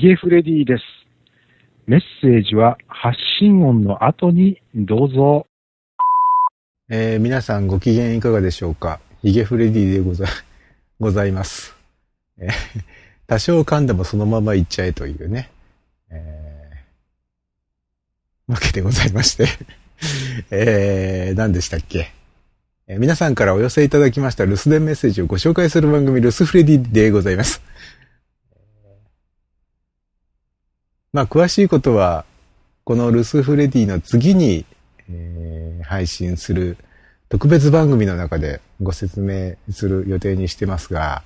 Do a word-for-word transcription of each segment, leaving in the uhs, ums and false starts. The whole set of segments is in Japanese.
ゲフレディです。メッセージは発信音の後にどうぞ。 えー、皆さんご機嫌いかがでしょうか。ヒゲフレディでござございます。えー、多少噛んでもそのままいっちゃえというね、えー、わけでございまして、えー、何でしたっけ。えー、皆さんからお寄せいただきました留守電メッセージをご紹介する番組留守フレディでございます。まあ詳しいことはこの留守フレディの次に、えー、配信する特別番組の中でご説明する予定にしてますが、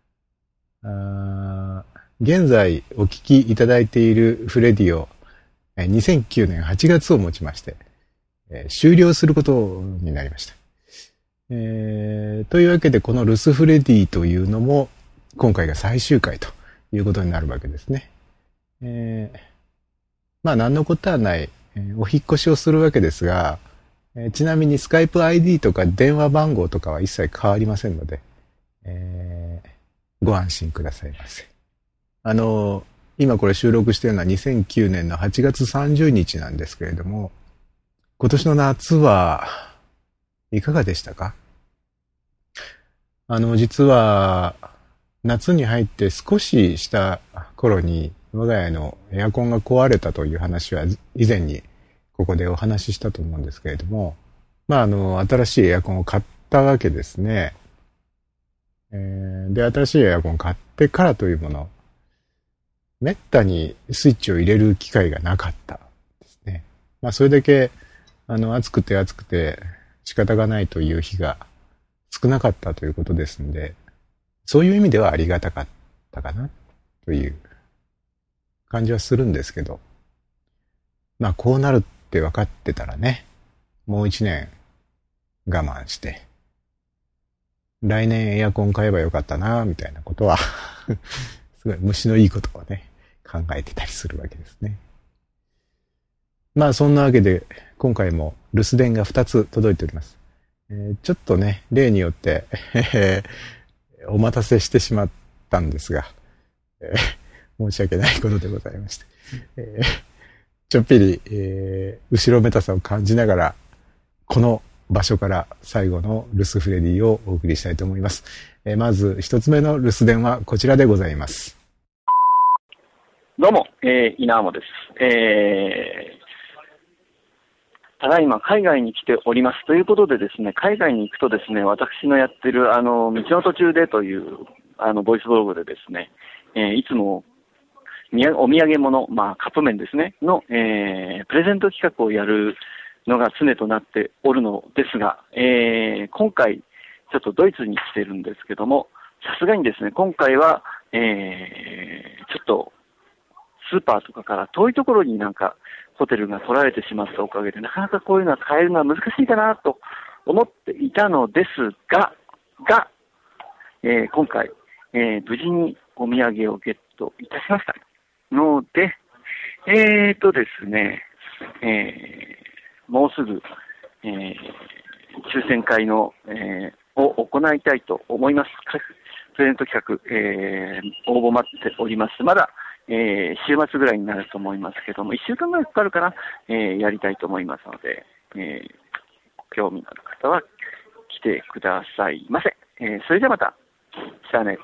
あ現在お聞きいただいているフレディをにせんきゅうねんはちがつをもちまして、えー、終了することになりました。えー、というわけでこの留守フレディというのも今回が最終回ということになるわけですね。えー、まあ何のことはない、えー、お引っ越しをするわけですが、えー、ちなみにスカイプ アイディー とか電話番号とかは一切変わりませんので、えー、ご安心くださいませ。あのー、今これ収録しているのはにせんきゅうねんのはちがつさんじゅうにちなんですけれども、今年の夏はいかがでしたか？あの、実は夏に入って少しした頃に我が家のエアコンが壊れたという話は以前にここでお話ししたと思うんですけれども、まああの新しいエアコンを買ったわけですね。えー、で新しいエアコンを買ってからというもの、めったにスイッチを入れる機会がなかったですね。まあそれだけあの暑くて暑くて仕方がないという日が少なかったということですので、そういう意味ではありがたかったかなという感じはするんですけど、まあこうなるって分かってたらね、もう一年我慢して来年エアコン買えばよかったなみたいなことはすごい虫のいいことをね考えてたりするわけですね。まあそんなわけで今回も留守電がふたつ届いております。えー、ちょっとね例によって、えー、お待たせしてしまったんですが、えー、申し訳ないことでございまして、えー、ちょっぴり、えー、後ろめたさを感じながらこの場所から最後の留守フレディをお送りしたいと思います。えー、まず一つ目の留守電はこちらでございます。 どうも、えー、稲浜です。えーただいま海外に来ておりますということでですね、海外に行くとですね、私のやってるあの道の途中でというあのボイスブログでですね、えー、いつもお土産物、まあカップ麺ですねの、えー、プレゼント企画をやるのが常となっておるのですが、えー、今回ちょっとドイツに来てるんですけども、さすがにですね今回は、えー、ちょっとスーパーとかから遠いところになんかホテルが取られてしまったおかげでなかなかこういうのは買えるのは難しいかなと思っていたのですが、が、えー、今回、えー、無事にお土産をゲットいたしましたので、えーとですね、えー、もうすぐ、えー、抽選会の、えー、を行いたいと思います。プレゼント企画、えー、応募待っております。まだえー、週末ぐらいになると思いますけども、いっしゅうかんぐらいかかるかな、えー、やりたいと思いますので、えー、興味のある方は来てくださいませ。えー、それではまた。さあね。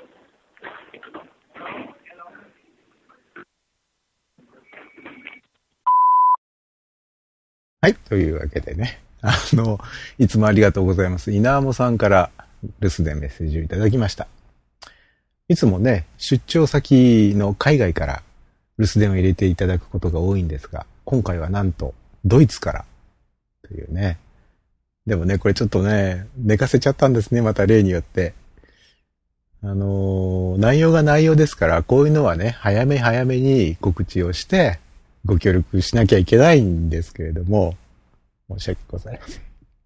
はい、というわけでね、あの、いつもありがとうございます。稲amoさんから留守電メッセージをいただきました。いつもね、出張先の海外から留守電を入れていただくことが多いんですが、今回はなんとドイツからというね。でもね、これちょっとね、寝かせちゃったんですね、また例によって。あのー、内容が内容ですから、こういうのはね、早め早めに告知をしてご協力しなきゃいけないんですけれども、申し訳ございません。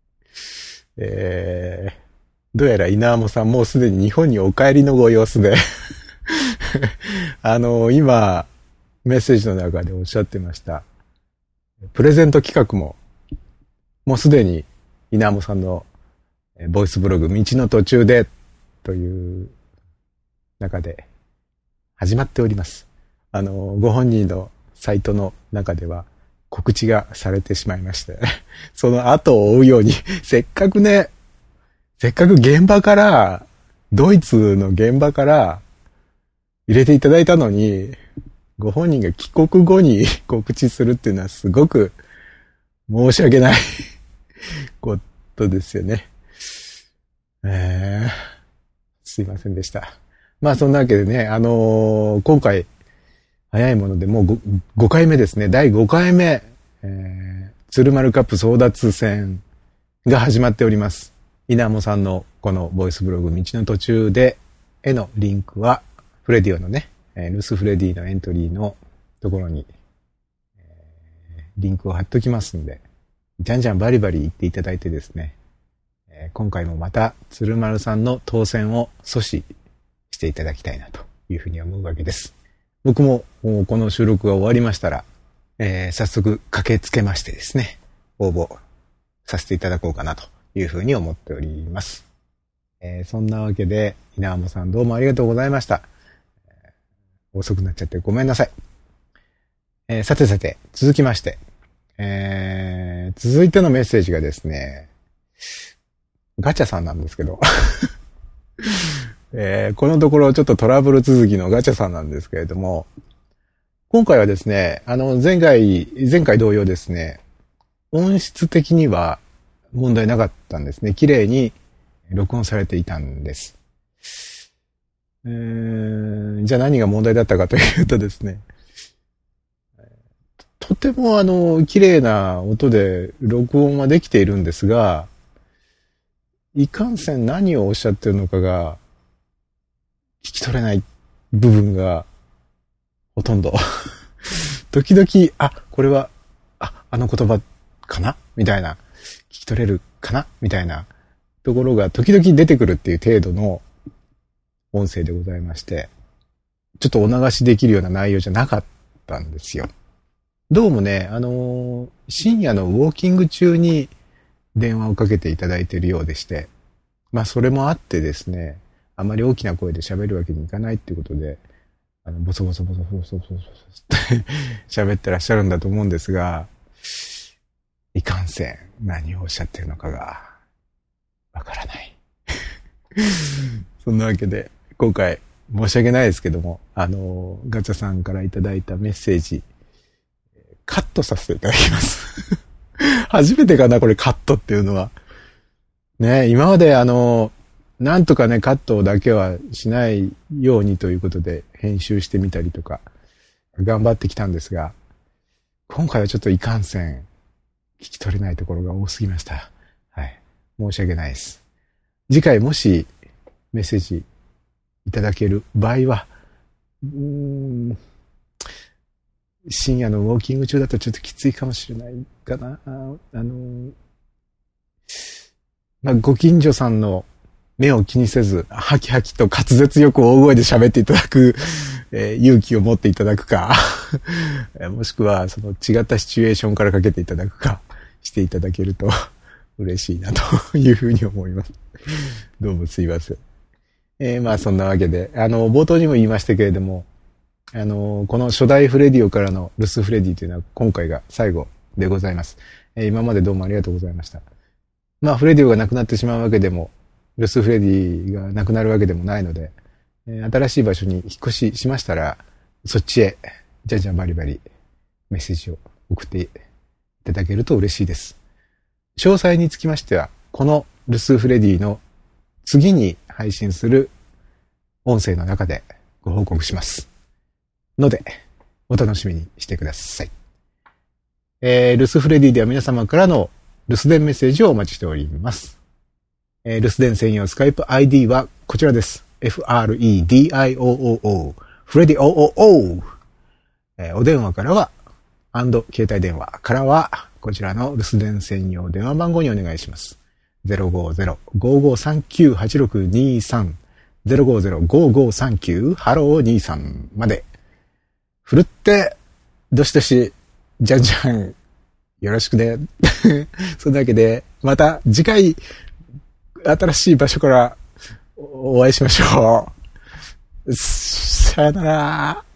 えーどうやら稲amoさんもうすでに日本にお帰りのご様子であの今メッセージの中でおっしゃってましたプレゼント企画ももうすでに稲amoさんのボイスブログ道の途中でという中で始まっております。 あの、ご本人のサイトの中では告知がされてしまいまして、その後を追うように、せっかくね、せっかく現場から、ドイツの現場から入れていただいたのに、ご本人が帰国後に告知するっていうのはすごく申し訳ないことですよね。えー、すいませんでした。まあそんなわけでね、あのー、今回早いものでもう 5, ごかいめですね。だいごかいめ、えー、鶴丸カップ争奪戦が始まっております。稲amoさんのこのボイスブログ道の途中でへのリンクはフレディオのね、ルスフレディのエントリーのところに、えー、リンクを貼っときますんで、じゃんじゃんバリバリ言っていただいてですね、えー、今回もまた鶴丸さんの当選を阻止していただきたいなというふうに思うわけです。僕もこの収録が終わりましたら、えー、早速駆けつけましてですね、応募させていただこうかなというふうに思っております。えー、そんなわけで、稲amoさんどうもありがとうございました。えー、遅くなっちゃってごめんなさい。えー、さてさて、続きまして、えー、続いてのメッセージがですね、ガチャさんなんですけど、えー、このところちょっとトラブル続きのガチャさんなんですけれども、今回はですね、あの前回、前回同様ですね、音質的には問題なかったんですね。綺麗に録音されていたんです。えー、じゃあ何が問題だったかというとですね、とてもあの綺麗な音で録音はできているんですが、いかんせん何をおっしゃってるのかが聞き取れない部分がほとんど時々、あ、これはあ、あの言葉かなみたいな、聞き取れるかなみたいなところが時々出てくるっていう程度の音声でございまして、ちょっとお流しできるような内容じゃなかったんですよ。どうもね、あのー、深夜のウォーキング中に電話をかけていただいているようでして、まあそれもあってですね、あまり大きな声で喋るわけにいかないっていうことで、あのボソボソボソボソボソボソって喋ってらっしゃるんだと思うんですが、いかんせん何をおっしゃってるのかがわからない。そんなわけで今回申し訳ないですけども、あのガチャさんからいただいたメッセージカットさせていただきます。初めてかなこれカットっていうのは。ね、今まであのなんとかねカットだけはしないようにということで編集してみたりとか頑張ってきたんですが、今回はちょっといかんせん聞き取れないところが多すぎました。はい。申し訳ないです。次回もしメッセージいただける場合は、うーん、深夜のウォーキング中だとちょっときついかもしれないかな。あの、まあ、ご近所さんの目を気にせず、ハキハキと滑舌よく大声で喋っていただく、えー、勇気を持っていただくか、もしくはその違ったシチュエーションからかけていただくかしていただけると嬉しいなというふうに思います。どうもすいません。えー、まあそんなわけで、あの、冒頭にも言いましたけれども、あの、この初代フレディオからのルスフレディというのは今回が最後でございます。えー、今までどうもありがとうございました。まあフレディオがなくなってしまうわけでも、ルスフレディがなくなるわけでもないので、えー、新しい場所に引っ越ししましたら、そっちへ、じゃんじゃんバリバリメッセージを送っていただけると嬉しいです。詳細につきましては、このルスフレディの次に配信する音声の中でご報告します。ので、お楽しみにしてください。えー、ルスフレディでは皆様からの留守電メッセージをお待ちしております。えー、留守電専用スカイプ アイディー はこちらです。エフアールイーディーアイオーオーオー フレディオーオーオー、えー、お電話からは、アンド携帯電話からは、こちらの留守電専用電話番号にお願いします。ゼロごゼロ ごーごーさんきゅう はちろくにさん ゼロごゼロ ごーごーさんきゅう ハローにさんまで。ふるって、どしどし、じゃんじゃん、よろしくね。そんなわけで、また次回、新しい場所からお会いしましょう。さよなら。